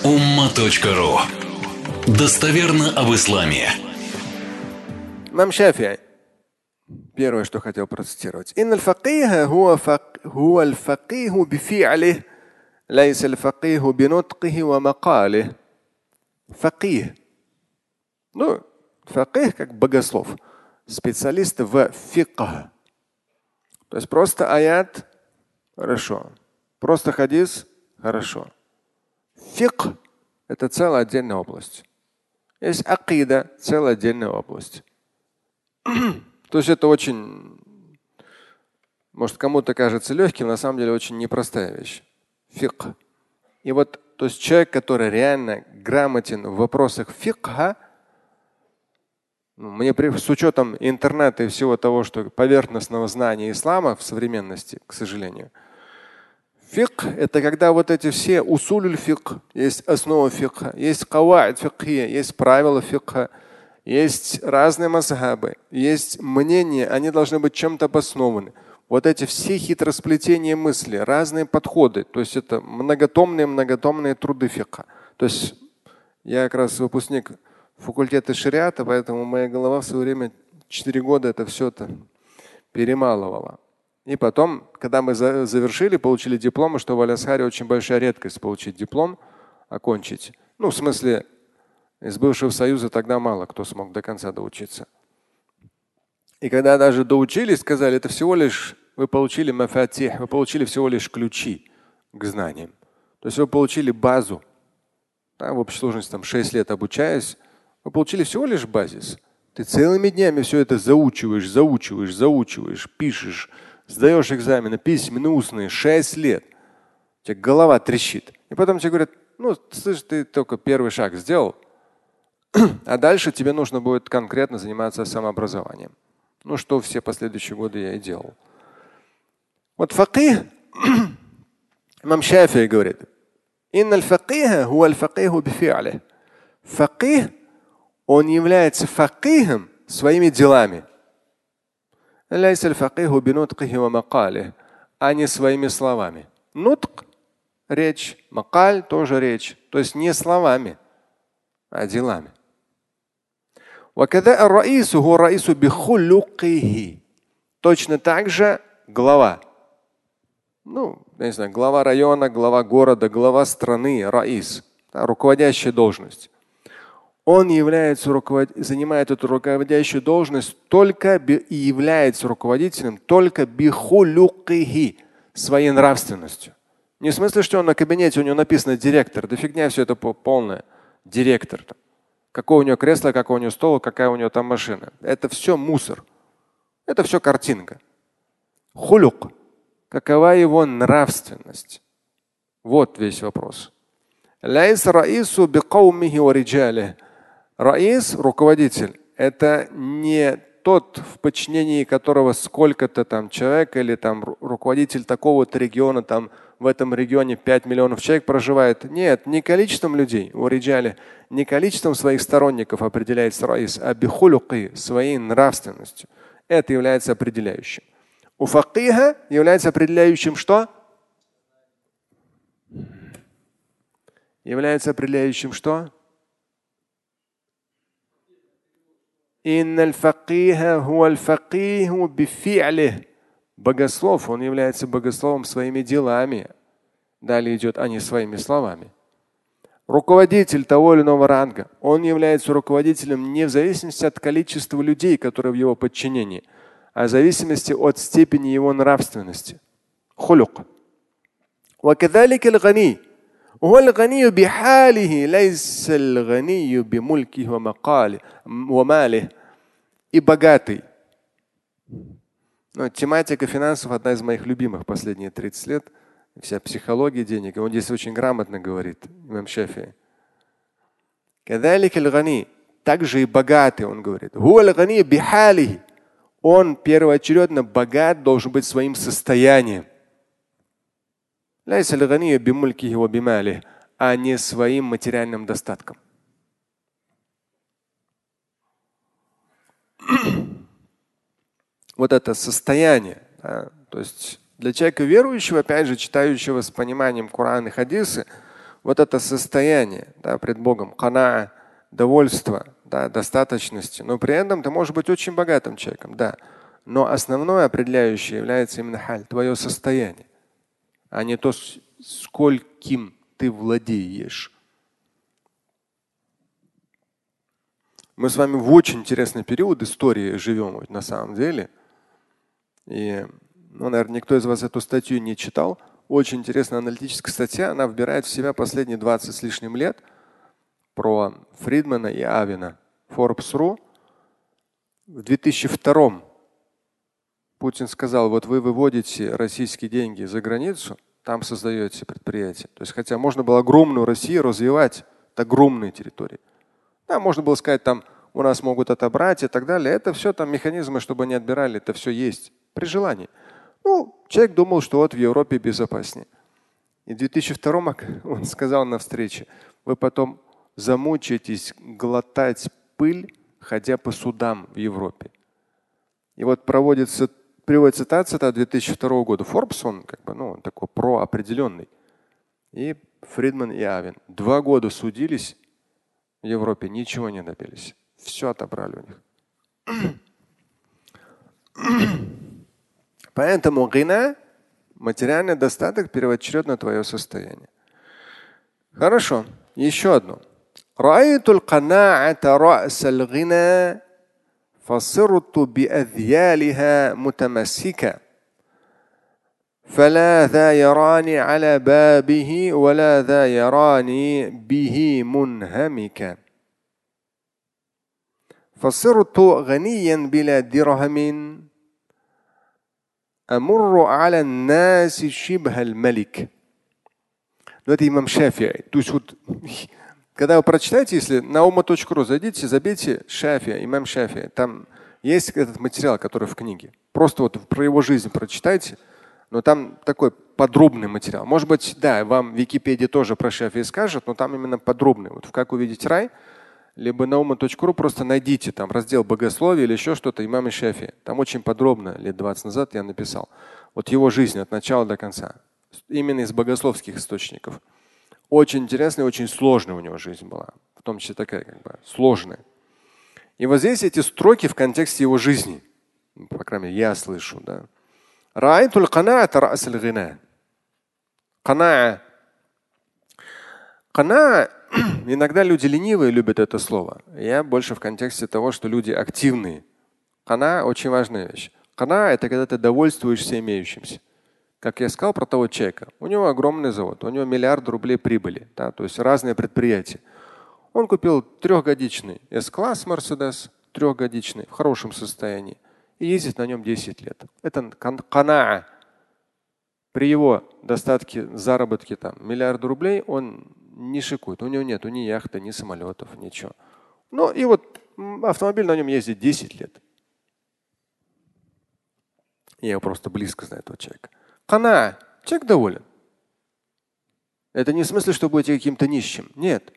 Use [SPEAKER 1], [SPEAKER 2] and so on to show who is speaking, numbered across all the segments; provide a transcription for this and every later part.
[SPEAKER 1] umma.ru. Достоверно об исламе.
[SPEAKER 2] Имам Шафи'и. Первое, что хотел процитировать. Инна аль-факиха хуа аль-факиху бифи'алих, лайса аль-факиху бинуткихи ва макалих. Факих. Факих как богослов. Специалист в фикх. То есть просто аят – хорошо. Просто хадис – хорошо. Фикх – это целая отдельная область. Есть акида – целая отдельная область. То есть это очень, может, кому-то кажется легким, на самом деле очень непростая вещь. Фикх. И вот, то есть человек, который реально грамотен в вопросах фикха, мне с учетом интернета и всего того, что поверхностного знания ислама в современности, к сожалению, фикх – это когда вот эти все усулюль фикх, есть основа фикха, есть каваид фикхия, есть правила фикха, есть разные мазхабы, есть мнения, они должны быть чем-то обоснованы. Вот эти все хитросплетения мысли, разные подходы, то есть это многотомные труды фикха. То есть я как раз выпускник факультета шариата, поэтому моя голова в свое время 4 года это все это перемалывала. И потом, когда мы завершили, получили диплом, что в Аль-Азхаре очень большая редкость получить диплом, окончить. В смысле, из бывшего Союза тогда мало кто смог до конца доучиться. И когда даже доучились, сказали, это всего лишь вы получили мафатих, вы получили всего лишь ключи к знаниям. То есть вы получили базу. В общей сложности 6 лет обучаясь, вы получили всего лишь базис. Ты целыми днями все это заучиваешь, пишешь, сдаешь экзамены, письменные, устные, 6 лет. У тебя голова трещит. И потом тебе говорят, слышь, ты только первый шаг сделал, а дальше тебе нужно будет конкретно заниматься самообразованием. Что все последующие годы я и делал. Вот факих, имам Шафи'и говорит, инна аль-факиха хуа аль-факиху бифи'алих. Факих, он является факихом своими делами. Лайса аль-факиху бинуткихи ва макалих, а не своими словами. Нутк – речь, макаль – тоже речь. То есть не словами, а делами. Точно так же глава. Глава района, глава города, глава страны, раис, руководящая должность. Он занимает эту руководящую должность только и является руководителем только бихулюкихи, своей нравственностью. Не в смысле, что он на кабинете, у него написано директор. Да фигня все это полное. Директор. Какое у него кресло, какой у него стол, какая у него там машина. Это все мусор. Это все картинка. Хулюк. Какова его нравственность? Вот весь вопрос. Раис, руководитель, это не тот, в подчинении которого сколько-то там человек или там руководитель такого-то региона, там в этом регионе 5 миллионов человек проживает. Нет, не количеством людей, не количеством своих сторонников определяется раис, а бихулюки, своей нравственностью. Это является определяющим. У факиха является определяющим что? Является определяющим что? Богослов, он является богословом своими делами. Далее идет, а не своими словами. Руководитель того или иного ранга, он является руководителем не в зависимости от количества людей, которые в его подчинении, а в зависимости от степени его нравственности. Хулюк. هو الغني بحاله ليس الغني بملكه وماله. И богатый. Тематика финансов одна из моих любимых последние 30 лет. Вся психология денег. Он здесь очень грамотно говорит, имам Шафи'и. Также и богатый, он говорит. Он первоочередно богат должен быть своим состоянием. А не своим материальным достатком. Вот это состояние. То есть для человека верующего, опять же, читающего с пониманием Корана и хадисы, вот это состояние, да, пред Богом, кана, довольство, да, достаточности. Но при этом ты можешь быть очень богатым человеком, да. Но основное определяющее является именно халь, твое состояние, а не то, скольким ты владеешь. Мы с вами в очень интересный период истории живем на самом деле. И, наверное, никто из вас эту статью не читал. Очень интересная аналитическая статья. Она вбирает в себя последние 20 с лишним лет про Фридмана и Авина. Forbes.ru. В 2002 Путин сказал, вот вы выводите российские деньги за границу, там создаете предприятие. То есть, хотя можно было огромную Россию развивать, это огромные территории. Да, можно было сказать, там у нас могут отобрать и так далее. Это все там механизмы, чтобы не отбирали, это все есть при желании. Ну, человек думал, что вот в Европе безопаснее. И в 2002 он сказал на встрече, вы потом замучаетесь глотать пыль, ходя по судам в Европе. И вот приводится цитата 2002 года. Forbes, он как бы, он такой проопределенный. И Фридман и Авин 2 года судились в Европе, ничего не добились. Все отобрали у них. Поэтому гина, материальный достаток, первоочередно твое состояние. Хорошо. Еще одно. رأيت القناعة رأس الغنى فصرت بأذيالها متمسكا فلا ذا يراني على بابه ولا ذا يراني به منهمكا فصرت غنيا بلا درهم أمر على الناس شبه الملك. Но это имам Шафи'и. То есть вот, когда вы прочитаете, если на umma.ru зайдите, забейте Шафи'и, имам Шафи'и. Там есть этот материал, который в книге. Просто вот про его жизнь прочитайте. Но там такой подробный материал. Может быть, да, вам Википедия тоже про Шафи'и скажет, но там именно подробный. Вот как увидеть рай, либо на umma.ru просто найдите там раздел богословия или еще что-то имама Шафи'и. Там очень подробно, лет 20 назад я написал. Вот его жизнь от начала до конца. Именно из богословских источников. Очень интересная, очень сложная у него жизнь была. В том числе такая как бы сложная. И вот здесь эти строки в контексте его жизни. По крайней мере, я слышу. Да. Кана. Иногда люди ленивые любят это слово. Я больше в контексте того, что люди активные. Кана очень важная вещь. Кана – это когда ты довольствуешься имеющимся. Как я сказал про того человека, у него огромный завод, у него $1 миллиард рублей прибыли, да, то есть разные предприятия. Он купил 3-годичный S-класс Mercedes, 3-годичный, в хорошем состоянии, и ездит на нем 10 лет. Это канаа. При его достатке, заработке там, $1 миллиард рублей он не шикует. У него нет ни яхты, ни самолетов, ничего. Ну и вот автомобиль на нем ездит 10 лет. Я просто близко знаю этого человека. Кана. Человек доволен. Это не в смысле, что будете каким-то нищим. Нет.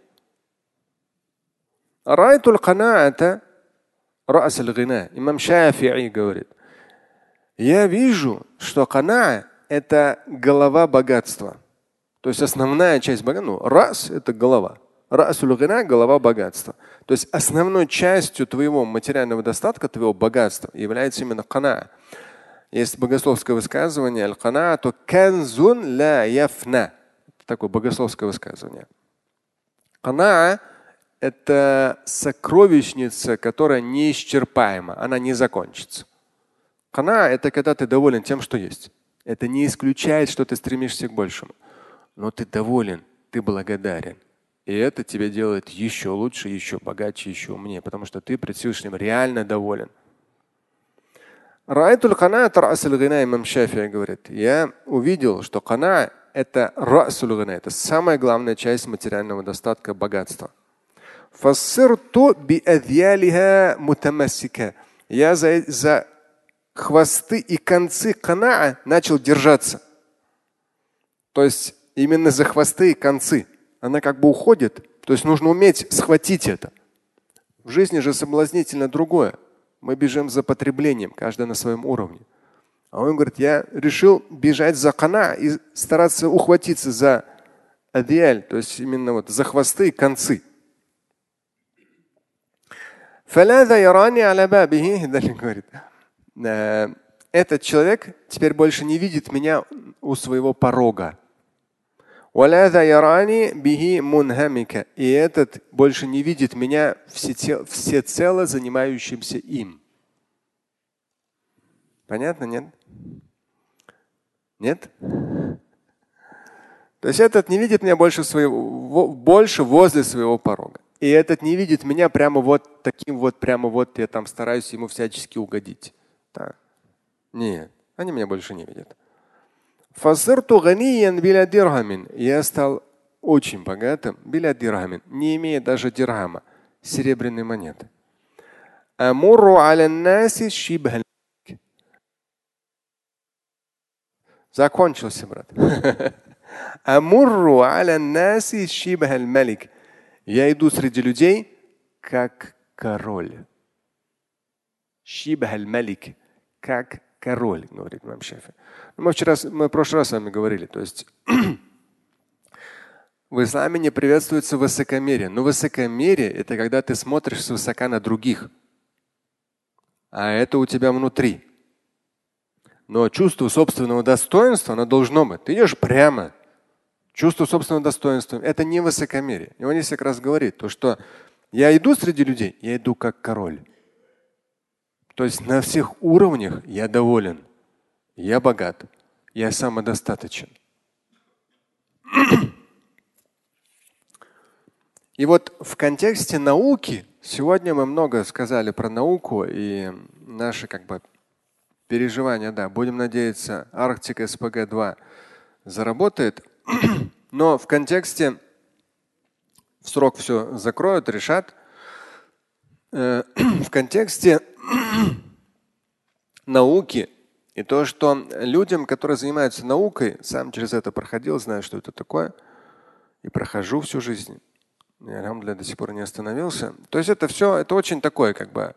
[SPEAKER 2] Райтуль канаата рас аль-гина. Имам Шафи'и говорит. Я вижу, что кана – это голова богатства. То есть основная часть богатства. Рас – это голова. Рас аль-гина – голова богатства. То есть основной частью твоего материального достатка, твоего богатства является именно кана. Есть богословское высказывание аль-канаату канзун ла яфна. Такое богословское высказывание. Канаа – это сокровищница, которая неисчерпаема, она не закончится. Канаа – это когда ты доволен тем, что есть. Это не исключает, что ты стремишься к большему. Но ты доволен, ты благодарен. И это тебя делает еще лучше, еще богаче, еще умнее, потому что ты пред Всевышним реально доволен. Раайтуль канаат рас аль-гина, имам Шафи'и говорит. Я увидел, что кана – это расуль гина, это самая главная часть материального достатка, богатства. Фассирту би адьялиха мутамассика. Я за хвосты и концы канаа начал держаться. То есть именно за хвосты и концы. Она как бы уходит. То есть нужно уметь схватить это. В жизни же соблазнительно другое. Мы бежим за потреблением, каждый на своем уровне. А он говорит, я решил бежать за кана и стараться ухватиться за адиаль, то есть именно вот за хвосты и концы. Говорит, этот человек теперь больше не видит меня у своего порога. И этот больше не видит меня всецело занимающимся им. Понятно, нет? Нет? То есть этот не видит меня больше возле своего порога. И этот не видит меня прямо вот таким вот, прямо вот я там стараюсь ему всячески угодить. Да. Нет, они меня больше не видят. Я стал очень богатым, не имея даже дирхама, серебряной монеты. Закончился, брат. Я иду среди людей как король. Как король, говорит имам Шафи. Мы в прошлый раз с вами говорили, то есть в исламе не приветствуется высокомерие. Но высокомерие – это когда ты смотришь свысока на других. А это у тебя внутри. Но чувство собственного достоинства, оно должно быть. Ты идешь прямо. Чувство собственного достоинства – это не высокомерие. И он здесь как раз говорит, то, что я иду среди людей, я иду как король. То есть на всех уровнях я доволен, я богат, я самодостаточен. И вот в контексте науки, сегодня мы много сказали про науку и наши переживания. Да, будем надеяться, Арктика СПГ-2 заработает. Но в контексте, в срок все закроют, решат. В контексте науки и то, что людям, которые занимаются наукой, сам через это проходил, знаю, что это такое, и прохожу всю жизнь. Я до сих пор не остановился. То есть это все, это очень такое,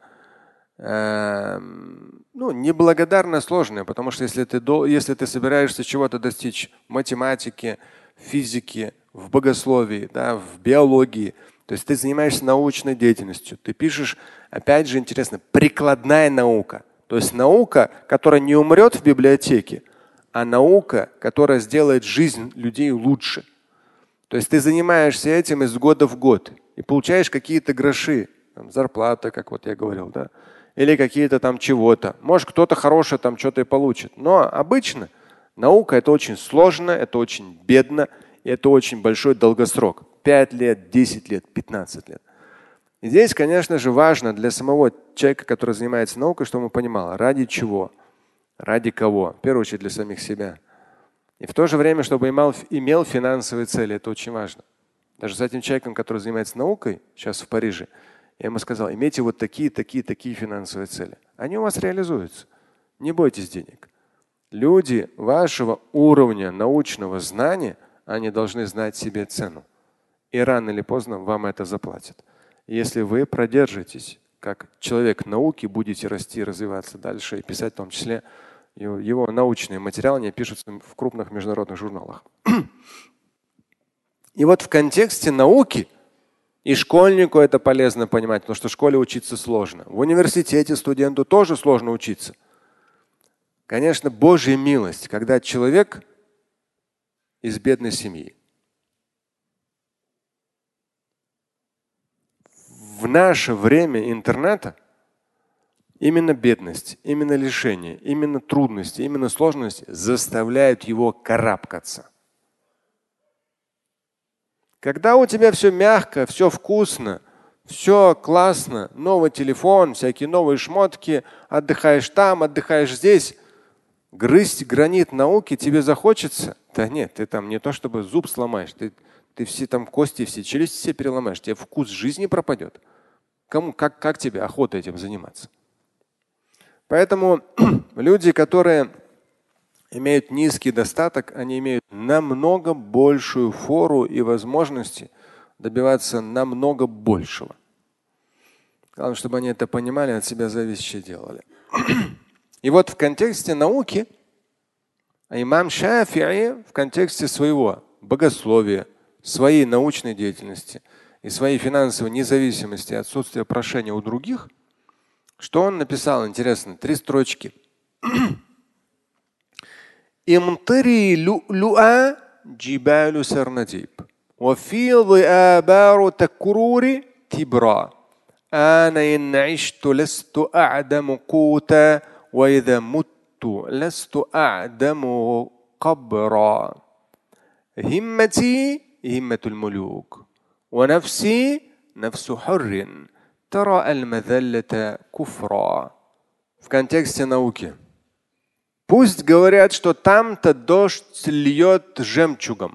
[SPEAKER 2] неблагодарно сложное, потому что если ты собираешься чего-то достичь в математике, в физике, в богословии, да, в биологии, то есть ты занимаешься научной деятельностью, ты пишешь, опять же интересно, прикладная наука. То есть наука, которая не умрет в библиотеке, а наука, которая сделает жизнь людей лучше. То есть ты занимаешься этим из года в год и получаешь какие-то гроши, зарплата, как вот я говорил, да, или какие-то там чего-то. Может, кто-то хорошее там что-то и получит. Но обычно наука это очень сложно, это очень бедно, и это очень большой долгосрок. 5 лет, 10 лет, 15 лет. И здесь, конечно же, важно для самого человека, который занимается наукой, чтобы он понимал, ради чего, ради кого. В первую очередь для самих себя. И в то же время, чтобы имел финансовые цели. Это очень важно. Даже с этим человеком, который занимается наукой, сейчас в Париже, я ему сказал, имейте вот такие финансовые цели. Они у вас реализуются. Не бойтесь денег. Люди вашего уровня научного знания, они должны знать себе цену. И рано или поздно вам это заплатят. И если вы продержитесь, как человек науки, будете расти, развиваться дальше и писать в том числе, его научные материалы не пишутся в крупных международных журналах. И вот в контексте науки и школьнику это полезно понимать, потому что в школе учиться сложно. В университете студенту тоже сложно учиться. Конечно, Божья милость, когда человек из бедной семьи. В наше время интернета именно бедность, именно лишение, именно трудности, именно сложности заставляют его карабкаться. Когда у тебя все мягко, все вкусно, все классно, новый телефон, всякие новые шмотки, отдыхаешь там, отдыхаешь здесь, грызть гранит науки тебе захочется? Да нет, ты там не то чтобы зуб сломаешь, ты все там кости, все челюсти все переломаешь, тебе вкус жизни пропадет. Как тебе охота этим заниматься? Поэтому люди, которые имеют низкий достаток, они имеют намного большую фору и возможности добиваться намного большего. Главное, чтобы они это понимали, от себя зависящее делали. И вот в контексте науки имам Шафи'и в контексте своего богословия, своей научной деятельности и своей финансовой независимости и отсутствия прошения у других, что он написал, интересно, 3 строчки. Имтыри лю'а джибалю сарнадиб. Вафилы абару такурури тибра. Ана ин ишту ласту а'даму кута, ва ида мутту ласту а'даму قبرا همتي همة الملوك ونفسي نفس حر ترى المذلة كفرا. В контексте науки. Пусть говорят, что там-то дождь льет жемчугом,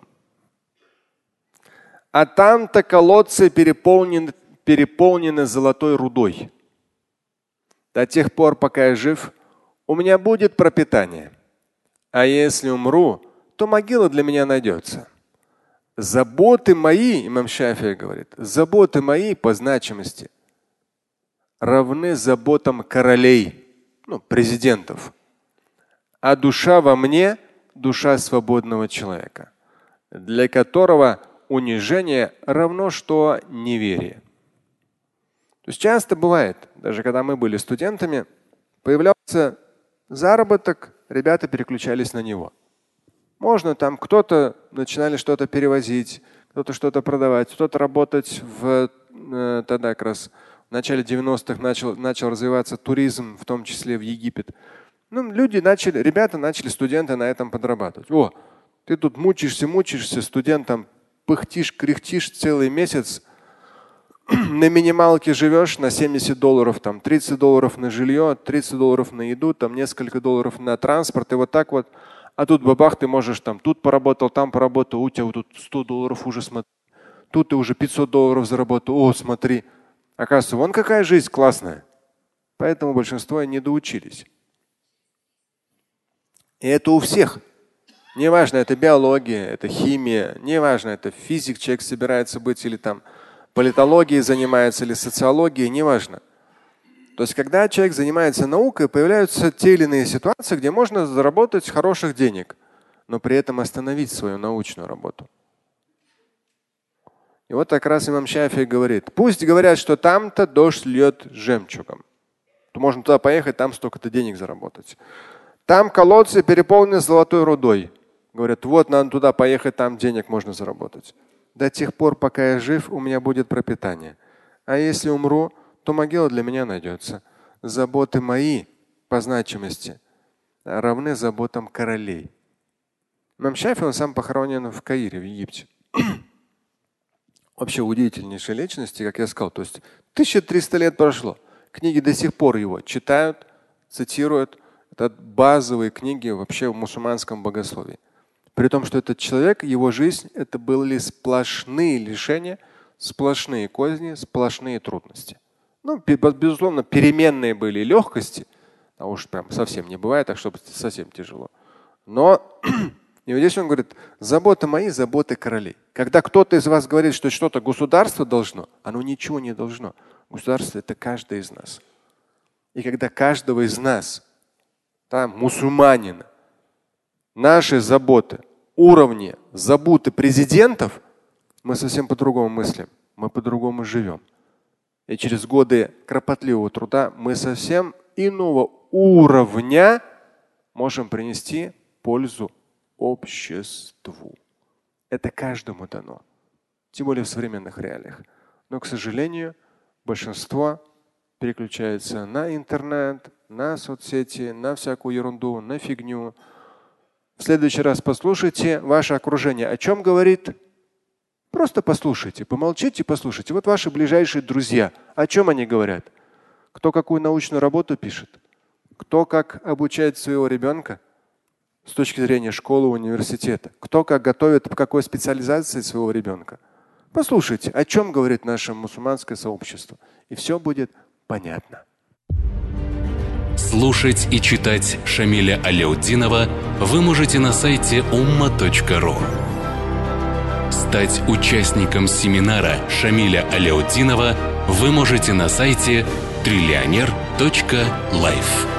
[SPEAKER 2] а там-то колодцы переполнены золотой рудой. До тех пор, пока я жив, у меня будет пропитание. А если умру, то могила для меня найдется. Заботы мои, имам Шафии говорит, заботы мои по значимости равны заботам королей, президентов. А душа во мне – душа свободного человека, для которого унижение равно что неверие. То есть часто бывает, даже когда мы были студентами, появлялся заработок, ребята переключались на него. Можно там кто-то начинали что-то перевозить, кто-то что-то продавать, кто-то работать тогда как раз в начале 90-х начал развиваться туризм, в том числе в Египет. Ребята начали, студенты на этом подрабатывать. О, ты тут мучаешься, студентом пыхтишь, кряхтишь целый месяц, на минималке живешь, на $70, там $30 на жилье, $30 на еду, там несколько долларов на транспорт, и вот так вот. А тут бабах, ты можешь там тут поработал, там поработал, у тебя вот тут $100 уже, смотри. Тут ты уже $500 заработал, о, смотри. Оказывается, вон какая жизнь классная. Поэтому большинство не доучились. И это у всех. Неважно, это биология, это химия, неважно, это физик, человек собирается быть или там политологией занимается или социологией, неважно. То есть, когда человек занимается наукой, появляются те или иные ситуации, где можно заработать хороших денег, но при этом остановить свою научную работу. И вот как раз имам Шафии говорит, пусть говорят, что там-то дождь льет жемчугом. То можно туда поехать, там столько-то денег заработать. Там колодцы переполнены золотой рудой. Говорят, вот надо туда поехать, там денег можно заработать. До тех пор, пока я жив, у меня будет пропитание. А если умру, то могила для меня найдется. Заботы мои по значимости равны заботам королей. Имам Шафии, он сам похоронен в Каире, в Египте. Вообще удивительнейшая личность, как я сказал. То есть 1300 лет прошло. Книги до сих пор его читают, цитируют. Это базовые книги вообще в мусульманском богословии. При том, что этот человек, его жизнь, это были сплошные лишения, сплошные козни, сплошные трудности. Безусловно, переменные были легкости, а уж прям совсем не бывает, так чтобы совсем тяжело. Но и вот здесь он говорит, заботы мои, заботы королей. Когда кто-то из вас говорит, что что-то государство должно, оно ничего не должно. Государство – это каждый из нас. И когда каждого из нас, мусульманина, наши заботы, уровни заботы президентов, мы совсем по-другому мыслим, мы по-другому живем. И через годы кропотливого труда мы совсем иного уровня можем принести пользу обществу. Это каждому дано, тем более в современных реалиях. Но, к сожалению, большинство переключается на интернет, на соцсети, на всякую ерунду, на фигню. В следующий раз послушайте ваше окружение. О чем говорит? Просто послушайте, помолчите, послушайте. Вот ваши ближайшие друзья. О чем они говорят? Кто какую научную работу пишет? Кто как обучает своего ребенка с точки зрения школы, университета? Кто как готовит, по какой специализации своего ребенка? Послушайте, о чем говорит наше мусульманское сообщество. И все будет понятно.
[SPEAKER 1] Слушать и читать Шамиля Аляутдинова вы можете на сайте umma.ru. Стать участником семинара Шамиля Аляутдинова вы можете на сайте trillioner.life.